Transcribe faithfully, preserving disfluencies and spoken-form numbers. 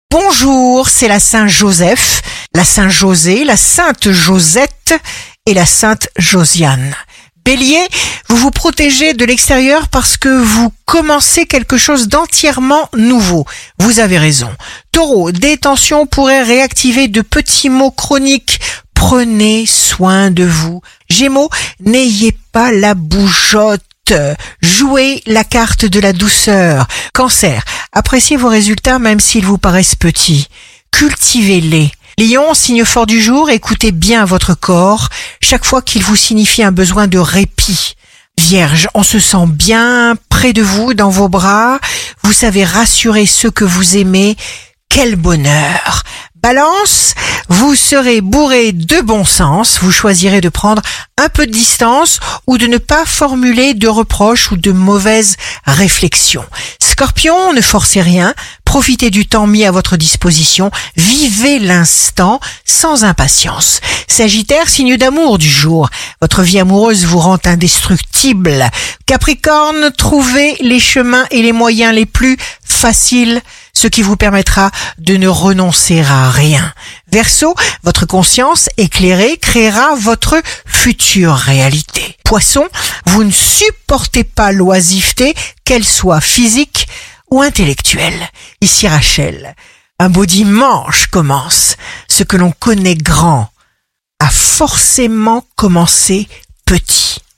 Bonjour, c'est la Saint-Joseph, la Saint-José, la Sainte Josette et la Sainte Josiane. Bélier, vous vous protégez de l'extérieur parce que vous commencez quelque chose d'entièrement nouveau. Vous avez raison. Taureau, des tensions pourraient réactiver de petits maux chroniques. Prenez soin de vous. Gémeaux, n'ayez pas la bougeotte. Jouez la carte de la douceur. Cancer, appréciez vos résultats même s'ils vous paraissent petits. Cultivez-les. Lion, signe fort du jour, écoutez bien votre corps chaque fois qu'il vous signifie un besoin de répit. Vierge, on se sent bien près de vous, dans vos bras. Vous savez rassurer ceux que vous aimez. Quel bonheur! Balance, vous serez bourré de bon sens, vous choisirez de prendre un peu de distance ou de ne pas formuler de reproches ou de mauvaises réflexions. Scorpion, ne forcez rien, profitez du temps mis à votre disposition, vivez l'instant sans impatience. Sagittaire, signe d'amour du jour, votre vie amoureuse vous rend indestructible. Capricorne, trouvez les chemins et les moyens les plus faciles, ce qui vous permettra de ne renoncer à rien. Verseau, votre conscience éclairée créera votre future réalité. Poisson, vous ne supportez pas l'oisiveté, qu'elle soit physique ou intellectuelle. Ici Rachel, un beau dimanche commence. Ce que l'on connaît grand a forcément commencé petit.